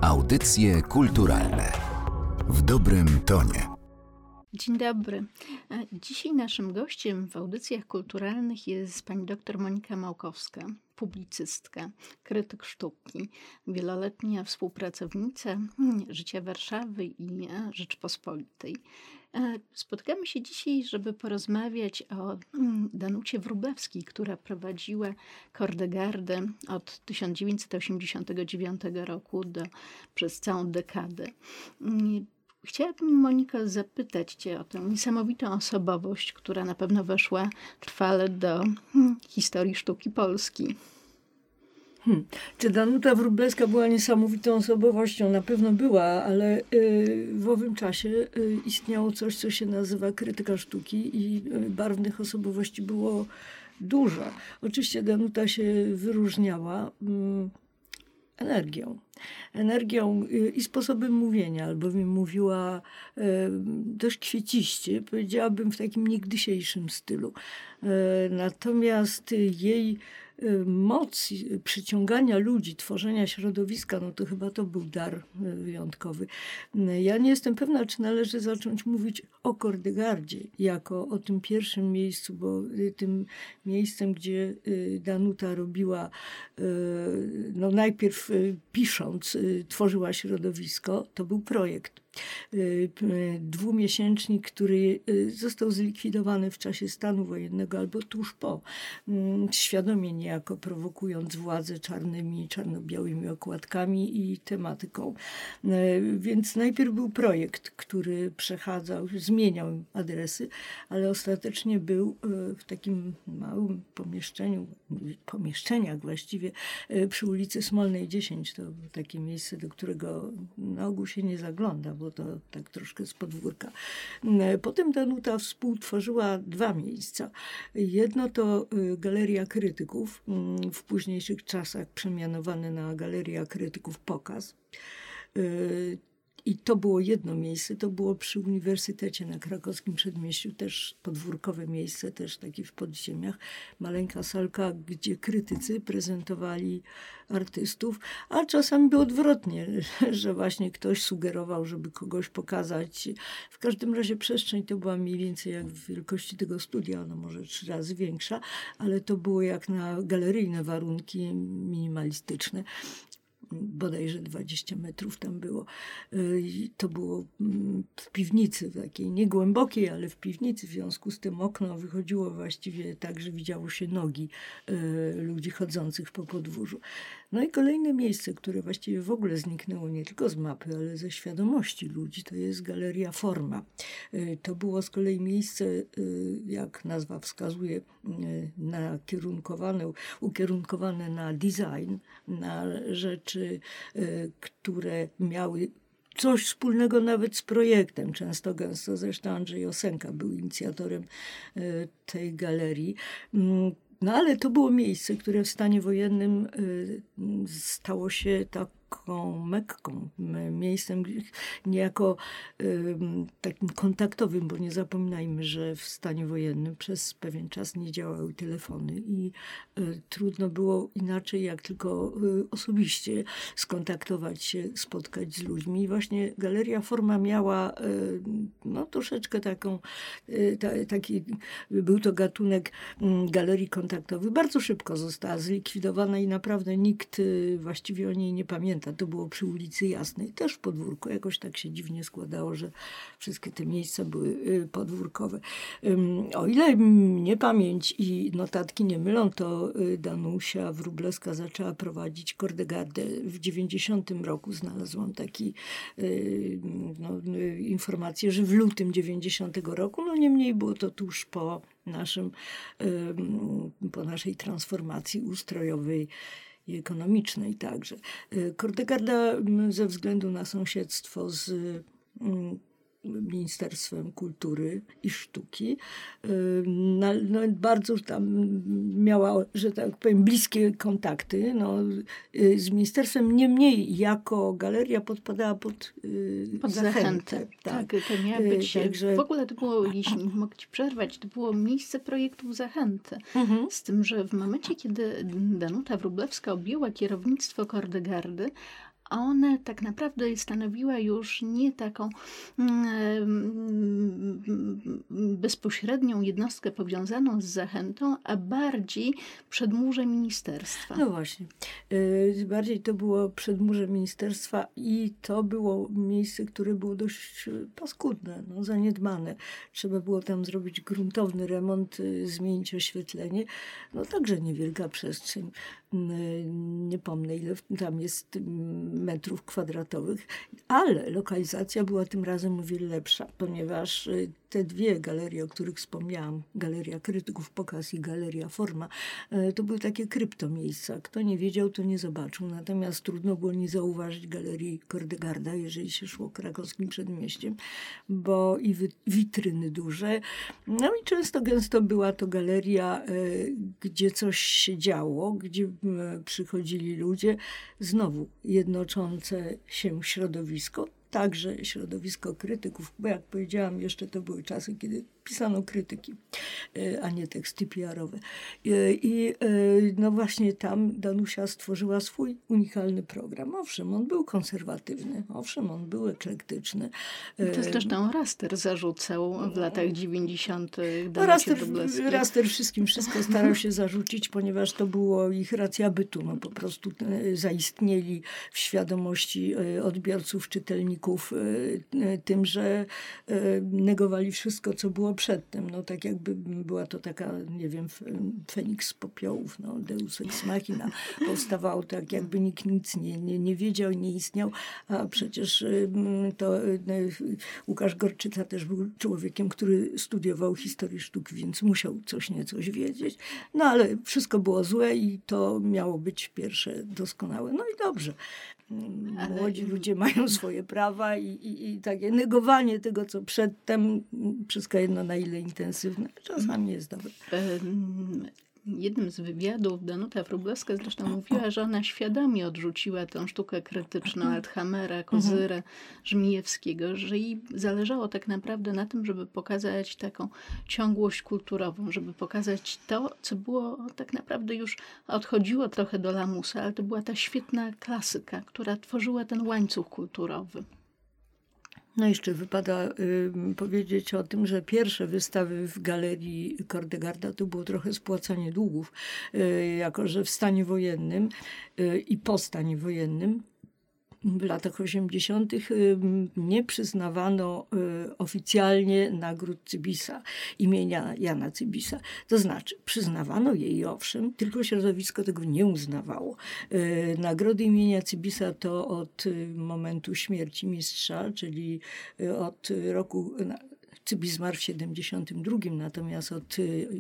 Audycje kulturalne w dobrym tonie. Dzień dobry. Dzisiaj naszym gościem w audycjach kulturalnych jest pani dr Monika Małkowska, publicystka, krytyk sztuki, wieloletnia współpracownica Życia Warszawy i Rzeczpospolitej. Spotykamy się dzisiaj, żeby porozmawiać o Danucie Wróblewskiej, która prowadziła Kordegardę od 1989 roku przez całą dekadę. Chciałabym, Moniko, zapytać cię o tę niesamowitą osobowość, która na pewno weszła trwale do historii sztuki polskiej. Czy Danuta Wróblewska była niesamowitą osobowością? Na pewno była, ale w owym czasie istniało coś, co się nazywa krytyka sztuki i barwnych osobowości było dużo. Oczywiście Danuta się wyróżniała energią i sposobem mówienia, albowiem mówiła dość kwieciście, powiedziałabym w takim niegdysiejszym stylu. Natomiast jej moc przyciągania ludzi, tworzenia środowiska, no to chyba to był dar wyjątkowy. Ja nie jestem pewna, czy należy zacząć mówić o Kordegardzie jako o tym pierwszym miejscu, bo tym miejscem, gdzie Danuta robiła, no najpierw pisząc, tworzyła środowisko, to był projekt. Dwumiesięcznik, który został zlikwidowany w czasie stanu wojennego albo tuż po, świadomie niejako prowokując władzę czarno-białymi okładkami i tematyką. Więc najpierw był projekt, który przechadzał, zmieniał adresy, ale ostatecznie był w takim małym pomieszczeniach właściwie, przy ulicy Smolnej 10. To było takie miejsce, do którego na ogół się nie zagląda, bo to tak troszkę z podwórka. Potem Danuta współtworzyła dwa miejsca. Jedno to Galeria Krytyków, w późniejszych czasach przemianowane na Galeria Krytyków Pokaz. I to było jedno miejsce, to było przy Uniwersytecie na Krakowskim Przedmieściu, też podwórkowe miejsce, też takie w podziemiach. Maleńka salka, gdzie krytycy prezentowali artystów, a czasami było odwrotnie, że właśnie ktoś sugerował, żeby kogoś pokazać. W każdym razie przestrzeń to była mniej więcej jak w wielkości tego studia, ona może 3 razy większa, ale to było jak na galeryjne warunki minimalistyczne. Bodajże 20 metrów tam było. To było w piwnicy, takiej niegłębokiej, ale w piwnicy. W związku z tym okno wychodziło właściwie tak, że widziało się nogi ludzi chodzących po podwórzu. No i kolejne miejsce, które właściwie w ogóle zniknęło nie tylko z mapy, ale ze świadomości ludzi, to jest Galeria Forma. To było z kolei miejsce, jak nazwa wskazuje, ukierunkowane na design, na rzeczy, które miały coś wspólnego nawet z projektem. Gęsto zresztą Andrzej Osenka był inicjatorem tej galerii. No ale to było miejsce, które w stanie wojennym stało się taką Mekką, miejscem niejako takim kontaktowym, bo nie zapominajmy, że w stanie wojennym przez pewien czas nie działały telefony i trudno było inaczej jak tylko osobiście skontaktować się, spotkać z ludźmi. I właśnie Galeria Forma miała no troszeczkę taki, był to gatunek galerii kontaktowych. Bardzo szybko została zlikwidowana i naprawdę nikt właściwie o niej nie pamięta. To było przy ulicy Jasnej, też w podwórku. Jakoś tak się dziwnie składało, że wszystkie te miejsca były podwórkowe. O ile mnie pamięć i notatki nie mylą, to Danusia Wróblewska zaczęła prowadzić Kordegardę w 90 roku. Znalazłam taki informację, że w lutym 90 roku. No niemniej było to tuż po naszej transformacji ustrojowej i ekonomicznej także. Kordegarda ze względu na sąsiedztwo z Ministerstwem Kultury i Sztuki. Bardzo tam miała, że tak powiem, bliskie kontakty z ministerstwem. Niemniej jako galeria podpadała pod zachętę. Tak, to miała być. Także... W ogóle to było, jeśli mogę ci przerwać, to było miejsce projektów Zachęty. Z tym, że w momencie, kiedy Danuta Wróblewska objęła kierownictwo Kordegardy, a one tak naprawdę stanowiła już nie taką bezpośrednią jednostkę powiązaną z Zachętą, a bardziej przedmurze ministerstwa. No właśnie. Bardziej to było przedmurze ministerstwa i to było miejsce, które było dość paskudne, zaniedbane. Trzeba było tam zrobić gruntowny remont, zmienić oświetlenie. No także niewielka przestrzeń. Nie pomnę, ile tam jest metrów kwadratowych, ale lokalizacja była tym razem o wiele lepsza, ponieważ te dwie galerie, o których wspomniałam, Galeria Krytyków Pokaz i Galeria Forma, to były takie kryptomiejsca. Kto nie wiedział, to nie zobaczył. Natomiast trudno było nie zauważyć Galerii Kordegarda, jeżeli się szło krakowskim przedmieściem, bo i witryny duże. No i często gęsto była to galeria, gdzie coś się działo, gdzie przychodzili ludzie, znowu jednoczące się środowisko, także środowisko krytyków, bo jak powiedziałam, jeszcze to były czasy, kiedy pisano krytyki, a nie teksty PR-owe. I no właśnie tam Danusia stworzyła swój unikalny program. Owszem, on był konserwatywny, owszem, on był eklektyczny. To zresztą Raster zarzucał w latach 90. Raster wszystko starał się zarzucić, ponieważ to było ich racja bytu. No po prostu zaistnieli w świadomości odbiorców, czytelników tym, że negowali wszystko, co było przedtem. No tak jakby była to taka, nie wiem, Feniks z popiołów, Deus ex machina. Powstawało tak, jakby nikt nic nie wiedział, nie istniał, a przecież to Łukasz Gorczyca też był człowiekiem, który studiował historię sztuki, więc musiał coś wiedzieć. No ale wszystko było złe i to miało być pierwsze doskonałe. No i dobrze. Młodzi ludzie mają swoje prawa i takie negowanie tego, co przedtem, wszystko jedno na ile intensywne, czasami jest dobre. Jednym z wywiadów Danuta Wróblewska zresztą mówiła, że ona świadomie odrzuciła tę sztukę krytyczną Althamera, Kozyrę, Żmijewskiego, że jej zależało tak naprawdę na tym, żeby pokazać taką ciągłość kulturową, żeby pokazać to, co było tak naprawdę już odchodziło trochę do lamusa, ale to była ta świetna klasyka, która tworzyła ten łańcuch kulturowy. No jeszcze wypada powiedzieć o tym, że pierwsze wystawy w Galerii Kordegarda to było trochę spłacanie długów, jako że w stanie wojennym i po stanie wojennym w latach 80. nie przyznawano oficjalnie nagród Cybisa, imienia Jana Cybisa. To znaczy, przyznawano jej owszem, tylko środowisko tego nie uznawało. Nagrody imienia Cybisa to od momentu śmierci mistrza, czyli od roku... Cybis zmarł w 72, natomiast od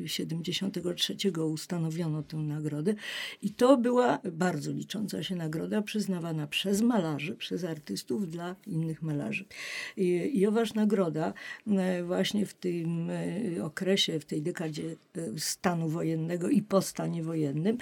73 ustanowiono tę nagrodę i to była bardzo licząca się nagroda przyznawana przez malarzy, przez artystów dla innych malarzy. I oważ nagroda właśnie w tym okresie, w tej dekadzie stanu wojennego i po stanie wojennym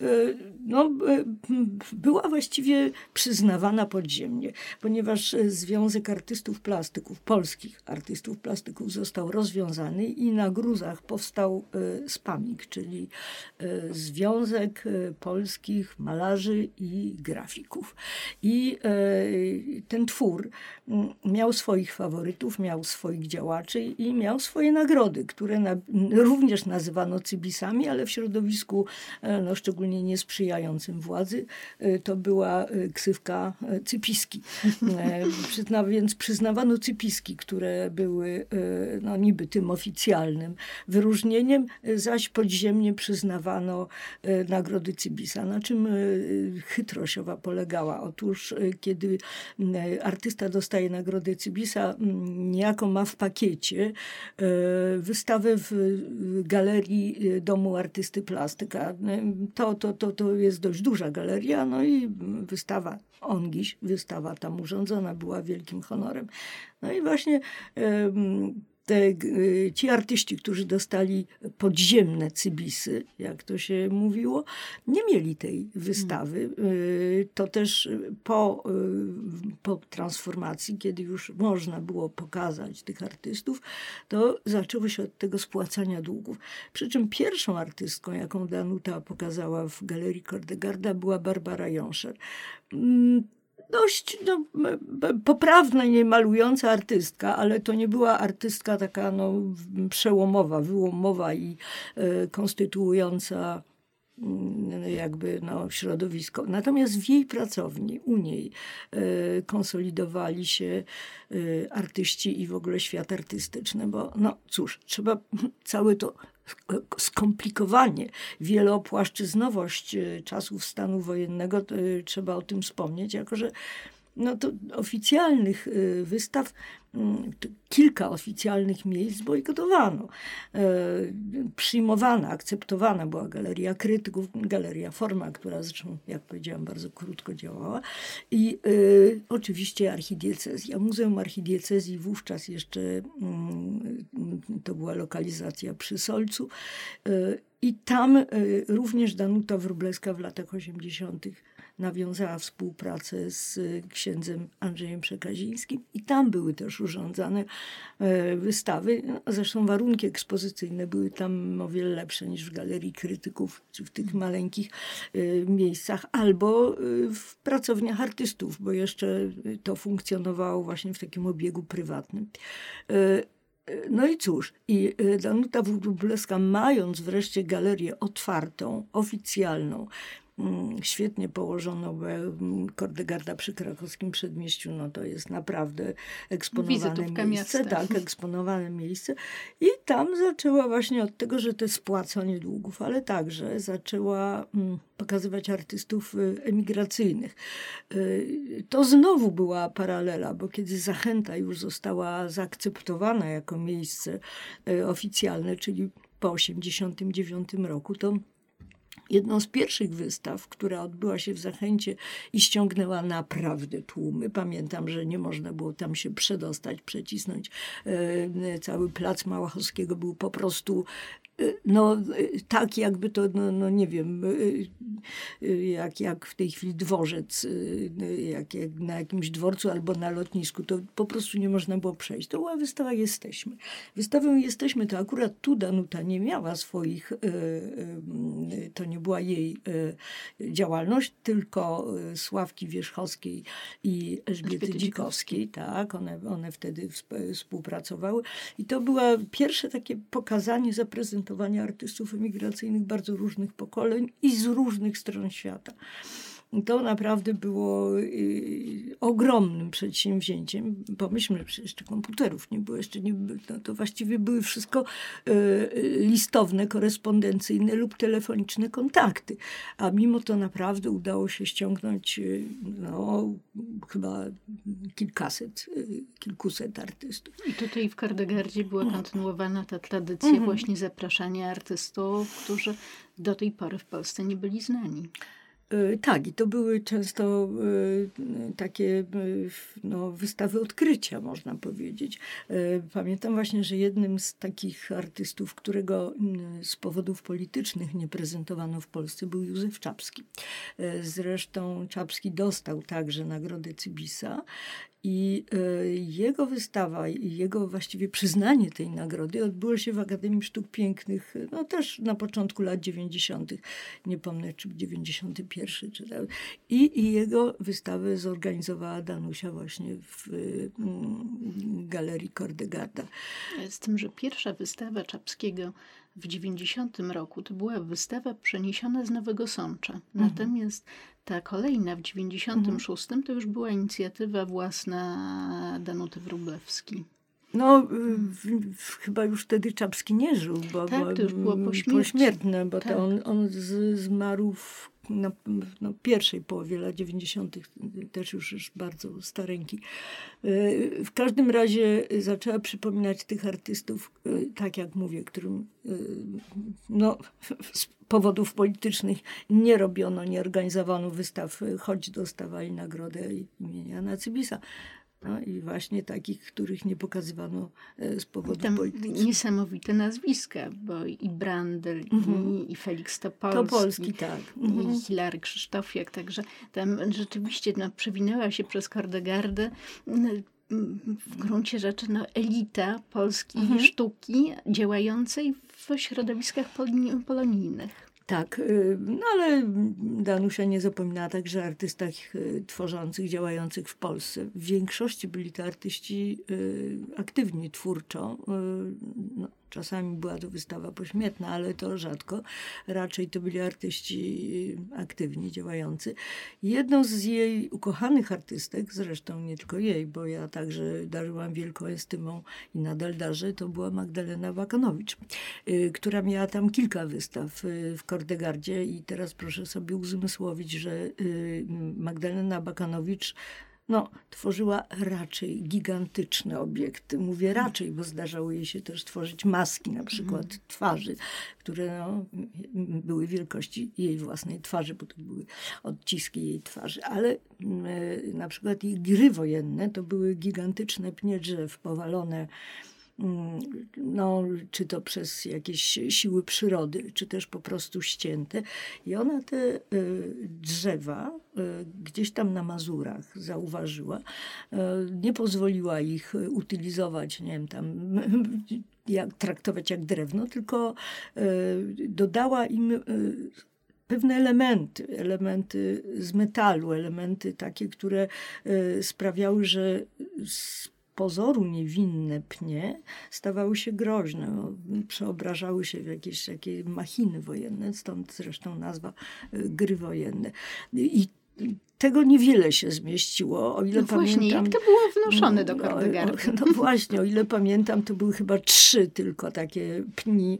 była właściwie przyznawana podziemnie, ponieważ Związek Artystów Plastyków, polskich artystów plastyków został rozwiązany i na gruzach powstał SPAMIG, czyli Związek Polskich Malarzy i Grafików. I ten twór miał swoich faworytów, miał swoich działaczy i miał swoje nagrody, które również nazywano Cybisami, ale w środowisku szczególnie niesprzyjającym władzy to była ksywka Cypiski. Więc przyznawano Cypiski, które były niby tym oficjalnym wyróżnieniem, zaś podziemnie przyznawano nagrody Cybisa. Na czym chytrość owa polegała? Otóż kiedy artysta dostaje nagrodę Cybisa, niejako ma w pakiecie wystawę w Galerii Domu Artysty Plastyka. To jest dość duża galeria, no i wystawa Ongiś, wystawa tam urządzona była wielkim honorem. No i właśnie ci artyści, którzy dostali podziemne Cybisy, jak to się mówiło, nie mieli tej wystawy. To też po transformacji, kiedy już można było pokazać tych artystów, to zaczęło się od tego spłacania długów. Przy czym pierwszą artystką, jaką Danuta pokazała w Galerii Kordegarda, była Barbara Jonscher. dość poprawnie malująca artystka, ale to nie była artystka taka przełomowa, wyłomowa i konstytuująca jakby środowisko. Natomiast w jej pracowni, u niej konsolidowali się artyści i w ogóle świat artystyczny, bo cóż, trzeba całe to skomplikowanie, wielopłaszczyznowość czasów stanu wojennego, trzeba o tym wspomnieć, jako że to oficjalnych wystaw, kilka oficjalnych miejsc bojkotowano. Przyjmowana, akceptowana była Galeria Krytyków, Galeria Forma, która zresztą, jak powiedziałam, bardzo krótko działała. I oczywiście archidiecezja. Muzeum Archidiecezji wówczas jeszcze to była lokalizacja przy Solcu. I tam również Danuta Wróblewska w latach 80. nawiązała współpracę z księdzem Andrzejem Przekazińskim i tam były też urządzane wystawy. Zresztą warunki ekspozycyjne były tam o wiele lepsze niż w Galerii Krytyków, czy w tych maleńkich miejscach, albo w pracowniach artystów, bo jeszcze to funkcjonowało właśnie w takim obiegu prywatnym. No i cóż, i Danuta Wróblewska, mając wreszcie galerię otwartą, oficjalną, świetnie położoną, Kordegarda przy Krakowskim Przedmieściu, to jest naprawdę eksponowane miejsce. Tak, eksponowane miejsce. I tam zaczęła właśnie od tego, że to spłacanie długów, ale także zaczęła pokazywać artystów emigracyjnych. To znowu była paralela, bo kiedy Zachęta już została zaakceptowana jako miejsce oficjalne, czyli po 1989 roku, to jedną z pierwszych wystaw, która odbyła się w Zachęcie i ściągnęła naprawdę tłumy. Pamiętam, że nie można było tam się przedostać, przecisnąć. Cały plac Małachowskiego był po prostu tak jakby to, nie wiem, jak w tej chwili dworzec, jak na jakimś dworcu albo na lotnisku, to po prostu nie można było przejść. To była wystawa Jesteśmy. Wystawę Jesteśmy to akurat tu Danuta nie miała swoich, to nie była jej działalność, tylko Sławki Wierzchowskiej i Elżbiety Dzikowskiej. Tak, one wtedy współpracowały. I to było pierwsze takie pokazanie, zaprezentowanie artystów emigracyjnych bardzo różnych pokoleń i z różnych stron świata. To naprawdę było ogromnym przedsięwzięciem. Pomyślmy, że przecież jeszcze komputerów nie było, to właściwie były wszystko listowne, korespondencyjne lub telefoniczne kontakty. A mimo to naprawdę udało się ściągnąć chyba kilkuset artystów. I tutaj w Kordegardzie była kontynuowana ta tradycja właśnie zapraszania artystów, którzy do tej pory w Polsce nie byli znani. Tak, i to były często takie wystawy odkrycia, można powiedzieć. Pamiętam właśnie, że jednym z takich artystów, którego z powodów politycznych nie prezentowano w Polsce, był Józef Czapski. Zresztą Czapski dostał także nagrodę Cybisa i jego wystawa i jego właściwie przyznanie tej nagrody odbyło się w Akademii Sztuk Pięknych, też na początku lat 90. Nie pomnę, czy 91, czy tak. I jego wystawę zorganizowała Danusia właśnie w Galerii Kordegarda. Z tym, że pierwsza wystawa Czapskiego w 90 roku to była wystawa przeniesiona z Nowego Sącza. Natomiast ta kolejna w 96 to już była inicjatywa własna Danuty Wróblewskiej. Chyba już wtedy Czapski nie żył, bo to już było pośmiertne, bo tak. on zmarł w pierwszej połowie lat 90. też już bardzo stareńki. W każdym razie zaczęła przypominać tych artystów, tak jak mówię, którym z powodów politycznych nie robiono, nie organizowano wystaw, choć dostawali nagrodę imienia Jana Cybisa. I właśnie takich, których nie pokazywano z powodów politycznych. Niesamowite nazwiska, bo i Brandl, i Felix Topolski, tak. I Hilary Krzysztofiak. Także tam rzeczywiście przewinęła się przez Kordegardę w gruncie rzeczy elita polskiej sztuki działającej w środowiskach polonijnych. Tak, no ale Danusia nie zapominała także o artystach tworzących, działających w Polsce. W większości byli to artyści aktywni twórczo. No, czasami była to wystawa pośmietna, ale to rzadko. Raczej to byli artyści aktywni, działający. Jedną z jej ukochanych artystek, zresztą nie tylko jej, bo ja także darzyłam wielką estymą i nadal darzę, to była Magdalena Abakanowicz, która miała tam kilka wystaw w Kordegardzie i teraz proszę sobie uzmysłowić, że Magdalena Abakanowicz tworzyła raczej gigantyczne obiekty. Mówię raczej, bo zdarzało jej się też tworzyć maski, na przykład twarzy, które były wielkości jej własnej twarzy, bo to były odciski jej twarzy. Ale na przykład jej gry wojenne to były gigantyczne pnie drzew powalone, czy to przez jakieś siły przyrody, czy też po prostu ścięte. I ona te drzewa gdzieś tam na Mazurach zauważyła. Nie pozwoliła ich utylizować, nie wiem, tam traktować jak drewno, tylko dodała im pewne elementy z metalu, elementy takie, które sprawiały, że pozoru niewinne pnie stawały się groźne, przeobrażały się w jakieś takie machiny wojenne, stąd zresztą nazwa gry wojenne. I tego niewiele się zmieściło, o ile pamiętam. Właśnie, jak to było wnoszone do Kordegardy? No właśnie, o ile pamiętam, to były chyba 3 tylko takie pnie.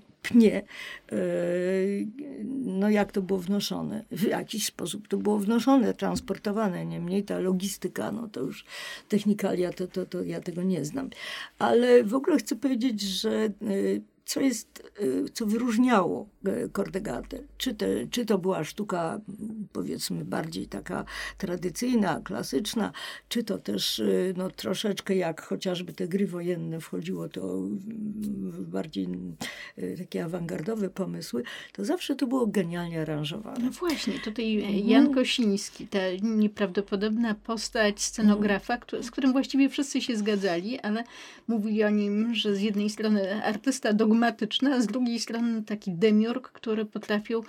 Jak to było wnoszone? W jakiś sposób to było wnoszone, transportowane. Niemniej ta logistyka, to już technikalia, to ja tego nie znam. Ale w ogóle chcę powiedzieć, że co wyróżniało Kordegardę. Czy to była sztuka, powiedzmy, bardziej taka tradycyjna, klasyczna, czy to też troszeczkę jak chociażby te gry wojenne wchodziło to w bardziej takie awangardowe pomysły, to zawsze to było genialnie aranżowane. No właśnie, tutaj Jan Kosiński, ta nieprawdopodobna postać scenografa, z którym właściwie wszyscy się zgadzali, ale mówili o nim, że z jednej strony artysta dogmatyczny, a z drugiej strony taki demiurg, który potrafił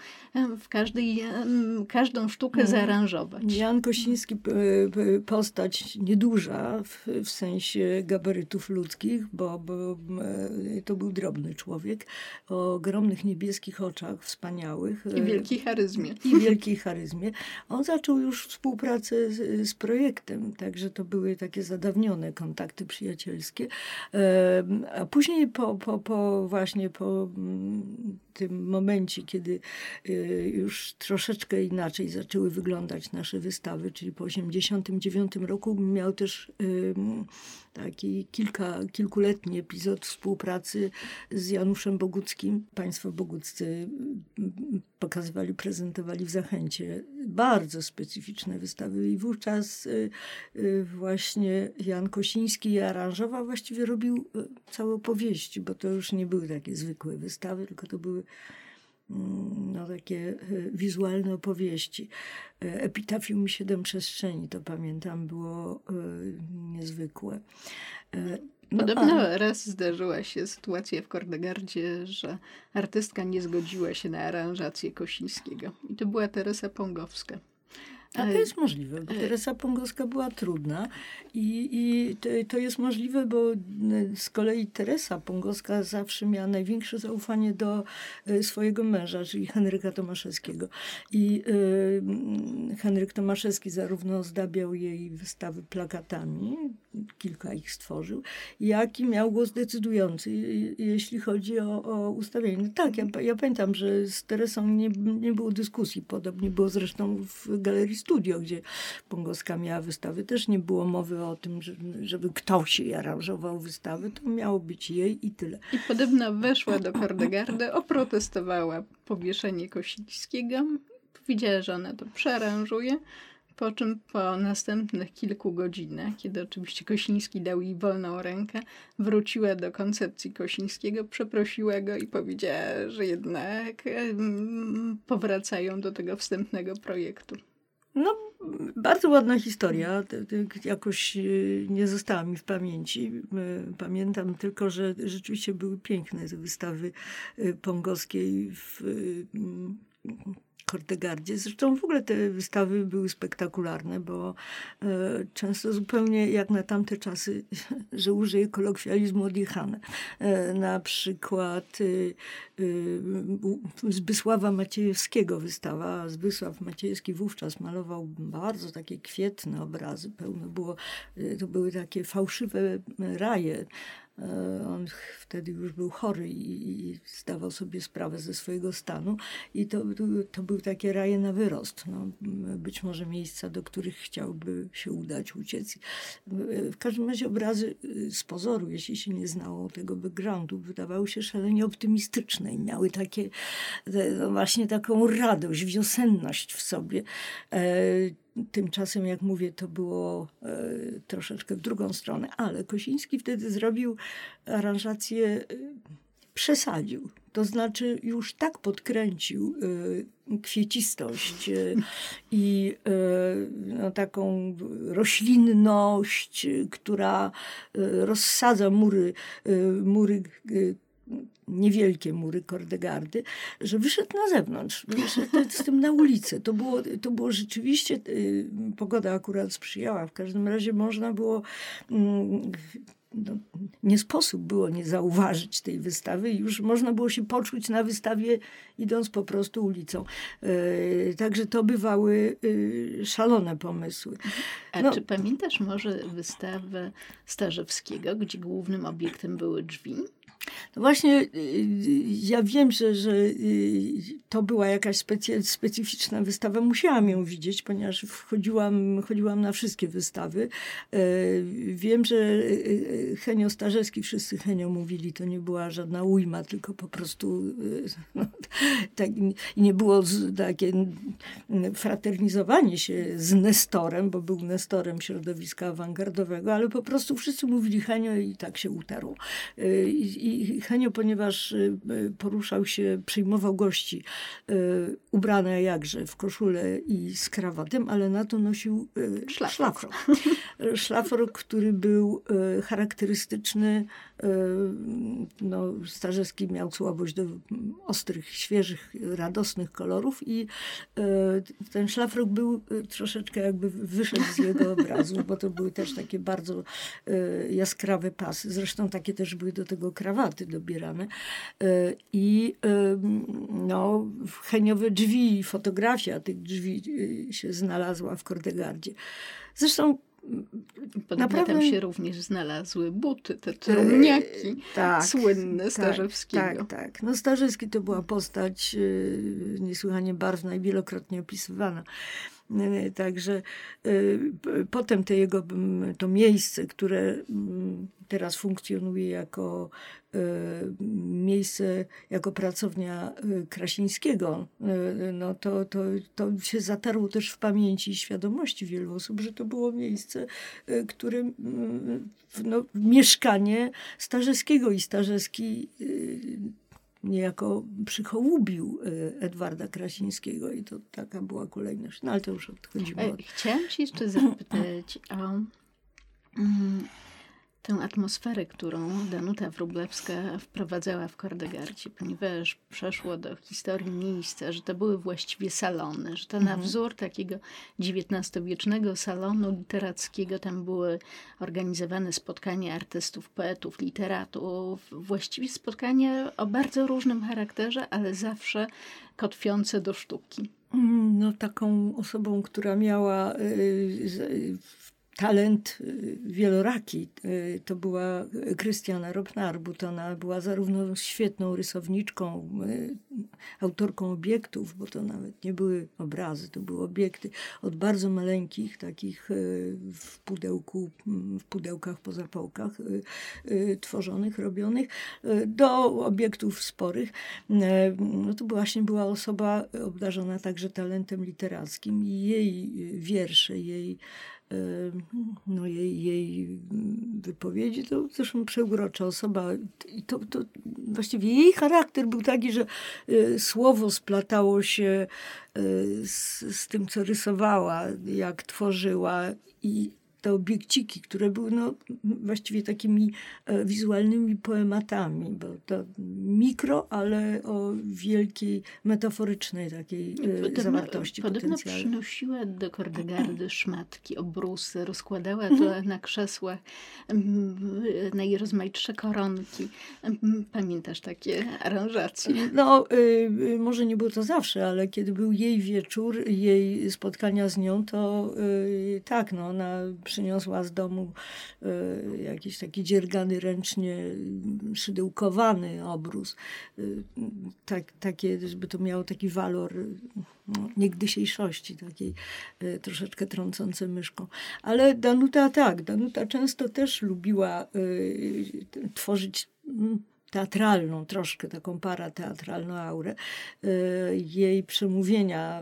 każdą sztukę zaaranżować. Jan Kosiński, postać nieduża w sensie gabarytów ludzkich, bo to był drobny człowiek o ogromnych niebieskich oczach, wspaniałych. I wielkiej charyzmie. On zaczął już współpracę z projektem, także to były takie zadawnione kontakty przyjacielskie. A później właśnie po tym momencie, kiedy już troszeczkę inaczej zaczęły wyglądać nasze wystawy, czyli po 1989 roku miał też taki kilkuletni epizod współpracy z Januszem Boguckim. Państwo boguccy prezentowali w Zachęcie bardzo specyficzne wystawy i wówczas właśnie Jan Kosiński aranżował, właściwie robił całe opowieści, bo to już nie były takie zwykłe wystawy, tylko to były takie wizualne opowieści. Epitafium i 7 przestrzeni, to pamiętam, było niezwykłe. Podobno raz zdarzyła się sytuacja w Kordegardzie, że artystka nie zgodziła się na aranżację Kosińskiego. I to była Teresa Pongowska. A to jest możliwe, bo Teresa Pongowska była trudna i to jest możliwe, bo z kolei Teresa Pongowska zawsze miała największe zaufanie do swojego męża, czyli Henryka Tomaszewskiego. I Henryk Tomaszewski zarówno zdabiał jej wystawy plakatami, kilka ich stworzył, jak i miał głos decydujący, jeśli chodzi o ustawienie. No tak, ja pamiętam, że z Teresą nie było dyskusji. Podobnie było zresztą w Galerii Studio, gdzie Pongowska miała wystawy. Też nie było mowy o tym, żeby ktoś jej aranżował wystawy. To miało być jej i tyle. I podobno weszła do Kordegardy, oprotestowała powieszenie Kosińskiego. Powiedziała, że ona to przearanżuje. Po czym po następnych kilku godzinach, kiedy oczywiście Kosiński dał jej wolną rękę, wróciła do koncepcji Kosińskiego, przeprosiła go i powiedziała, że jednak powracają do tego wstępnego projektu. Bardzo ładna historia. Jakoś nie została mi w pamięci. Pamiętam tylko, że rzeczywiście były piękne te wystawy Pongowskiej Kordegardzie. Zresztą w ogóle te wystawy były spektakularne, bo często zupełnie jak na tamte czasy, że użyję kolokwializmu, odjechane. Na przykład Zbysława Maciejewskiego wystawa. Zbysław Maciejewski wówczas malował bardzo takie kwietne obrazy. Pełno było, to były takie fałszywe raje. On wtedy już był chory i zdawał sobie sprawę ze swojego stanu i to były takie raje na wyrost. No, być może miejsca, do których chciałby się udać, uciec. W każdym razie obrazy z pozoru, jeśli się nie znało tego backgroundu, wydawały się szalenie optymistyczne i miały takie, no właśnie taką radość, wiosenność w sobie. Tymczasem, jak mówię, to było troszeczkę w drugą stronę, ale Kosiński wtedy zrobił aranżację, przesadził. To znaczy już tak podkręcił kwiecistość i no, taką roślinność, która rozsadza mury niewielkie mury Kordegardy, że wyszedł na zewnątrz, wyszedł z tym na ulicę. To było rzeczywiście, pogoda akurat sprzyjała. W każdym razie można było, nie sposób było nie zauważyć tej wystawy i już można było się poczuć na wystawie, idąc po prostu ulicą. Także to bywały szalone pomysły. A czy pamiętasz może wystawę Starzewskiego, gdzie głównym obiektem były drzwi? No właśnie, ja wiem, że to była jakaś specyficzna wystawa. Musiałam ją widzieć, ponieważ chodziłam na wszystkie wystawy. Wiem, że Henio Starzewski, wszyscy Henio mówili, to nie była żadna ujma, tylko po prostu tak, nie było takie fraternizowanie się z Nestorem, bo był Nestorem środowiska awangardowego, ale po prostu wszyscy mówili Henio i tak się utarło. I Henio, ponieważ poruszał się, przyjmował gości ubrane jakże w koszulę i z krawatem, ale na to nosił szlafor. Szlafor, który był charakterystyczny. No, Starzewski miał słabość do ostrych, świeżych, radosnych kolorów i ten szlafrok był troszeczkę jakby wyszedł z jego obrazu, bo to były też takie bardzo jaskrawe pasy. Zresztą takie też były do tego krawaty dobierane. I no, heniowe drzwi, fotografia tych drzwi się znalazła w Kordegardzie. Zresztą naprawdę tam się również znalazły buty, te trumniaki słynne Starzewskiego. Tak. No Starzewski to była postać niesłychanie barwna i wielokrotnie opisywana. Także potem to miejsce, które teraz funkcjonuje jako miejsce, jako pracownia Krasińskiego, no to się zatarło też w pamięci i świadomości wielu osób, że to było miejsce, które mieszkanie Starzewskiego i Starzewski niejako przychołubił Edwarda Krasińskiego i to taka była kolejność. No ale to już odchodzimy od... Chciałam cię jeszcze zapytać o tę atmosferę, którą Danuta Wróblewska wprowadzała w Kordegardzie, ponieważ przeszło do historii miejsca, że to były właściwie salony, że to na wzór takiego XIX-wiecznego salonu literackiego tam były organizowane spotkania artystów, poetów, literatów, właściwie spotkania o bardzo różnym charakterze, ale zawsze kotwiące do sztuki. No taką osobą, która miała talent wieloraki, to była Krystiana Ropnarbut. Ona była zarówno świetną rysowniczką, autorką obiektów, bo to nawet nie były obrazy, to były obiekty od bardzo maleńkich, takich w pudełkach po zapałkach tworzonych, robionych, do obiektów sporych. No to właśnie była osoba obdarzona także talentem literackim i jej wiersze, jej wypowiedzi, to zresztą przeurocza osoba. I to właściwie jej charakter był taki, że słowo splatało się z tym, co rysowała, jak tworzyła i te obiekciki, które były właściwie takimi wizualnymi poematami, bo to mikro, ale o wielkiej, metaforycznej takiej zawartości Podobno potencjalnej. przynosiła do Kordegardy szmatki, obrusy, rozkładała to na krzesłach, najrozmaitsze koronki. Pamiętasz takie aranżacje? Może nie było to zawsze, ale kiedy był jej wieczór, jej spotkania z nią, to tak, ona przyniosła z domu jakiś taki dziergany, ręcznie szydełkowany obrus. Takie, żeby to miało taki walor niegdysiejszości, takiej troszeczkę trącące myszką. Ale Danuta często też lubiła tworzyć teatralną, troszkę taką parateatralną aurę. Jej przemówienia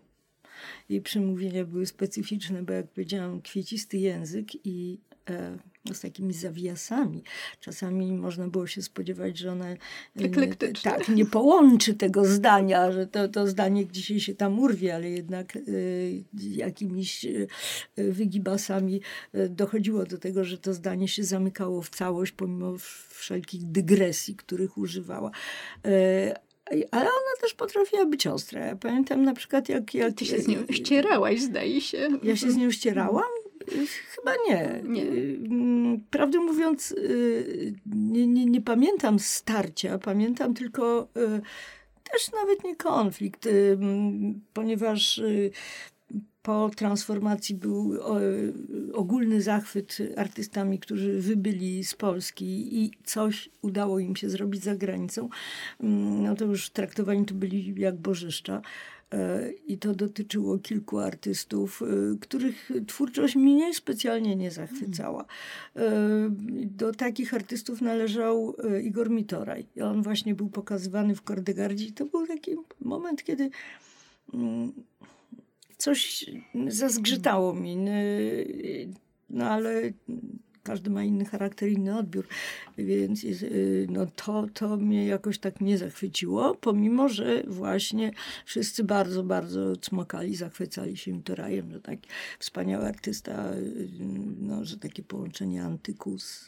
były specyficzne, bo jak powiedziałam, kwiecisty język i z takimi zawiasami. Czasami można było się spodziewać, że ona nie połączy tego zdania, że to zdanie dzisiaj się tam urwie, ale jednak jakimiś wygibasami dochodziło do tego, że to zdanie się zamykało w całość, pomimo wszelkich dygresji, których używała. Ale ona też potrafiła być ostra. Ja pamiętam na przykład jak Ty się z nią ścierałaś, zdaje się. Ja się z nią ścierałam? Chyba nie. Prawdę mówiąc, nie pamiętam starcia. Pamiętam tylko też nawet nie konflikt, ponieważ po transformacji był ogólny zachwyt artystami, którzy wybyli z Polski i coś udało im się zrobić za granicą. To już traktowani to byli jak bożyszcza. I to dotyczyło kilku artystów, których twórczość mnie specjalnie nie zachwycała. Do takich artystów należał Igor Mitoraj. I on właśnie był pokazywany w Kordegardzie. I to był taki moment, kiedy coś zazgrzytało mi. Ale każdy ma inny charakter, inny odbiór, więc to mnie jakoś tak nie zachwyciło, pomimo że właśnie wszyscy bardzo, bardzo cmokali, zachwycali się Mitorajem, że taki wspaniały artysta, że takie połączenie antyku z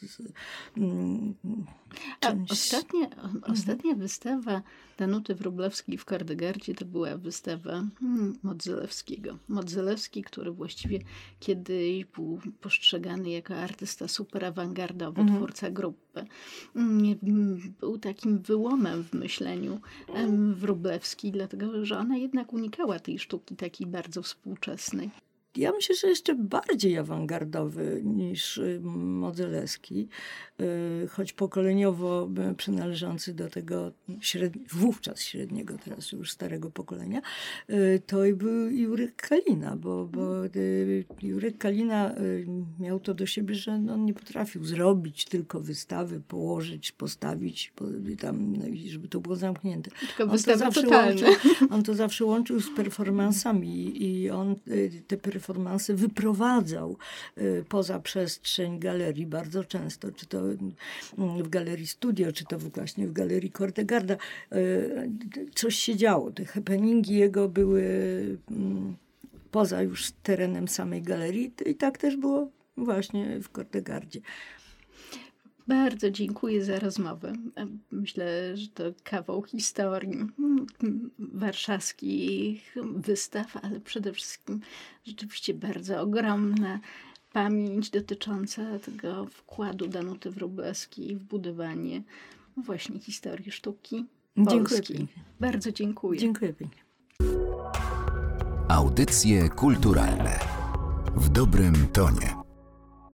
czymś. Ostatnia wystawa Danuty Wróblewskiej w Kordegardzie to była wystawa Modzelewskiego. Modzelewski, który właściwie kiedyś był postrzegany jako artysta super awangardowy, twórca grupy. Był takim wyłomem w myśleniu Wróblewskiej, dlatego że ona jednak unikała tej sztuki takiej bardzo współczesnej. Ja myślę, że jeszcze bardziej awangardowy niż Modzelewski, choć pokoleniowo przynależący do tego wówczas średniego, teraz już starego pokolenia, to był Jurek Kalina, bo Jurek Kalina miał to do siebie, że on nie potrafił zrobić tylko wystawy, położyć, postawić, żeby to było zamknięte. Tylko wystawy totalne. On to zawsze łączył z performansami i on te performanse wyprowadzał poza przestrzeń galerii bardzo często, czy to w Galerii Studio, czy to właśnie w Galerii Kordegarda. Coś się działo. Te happeningi jego były poza już terenem samej galerii i tak też było właśnie w Kordegardzie. Bardzo dziękuję za rozmowę. Myślę, że to kawał historii warszawskich wystaw, ale przede wszystkim rzeczywiście bardzo ogromna pamięć dotycząca tego wkładu Danuty Wróblewskiej w budowanie właśnie historii sztuki polskiej. Dziękuję. Bardzo dziękuję. Dziękuję pięknie. Audycje kulturalne w dobrym tonie.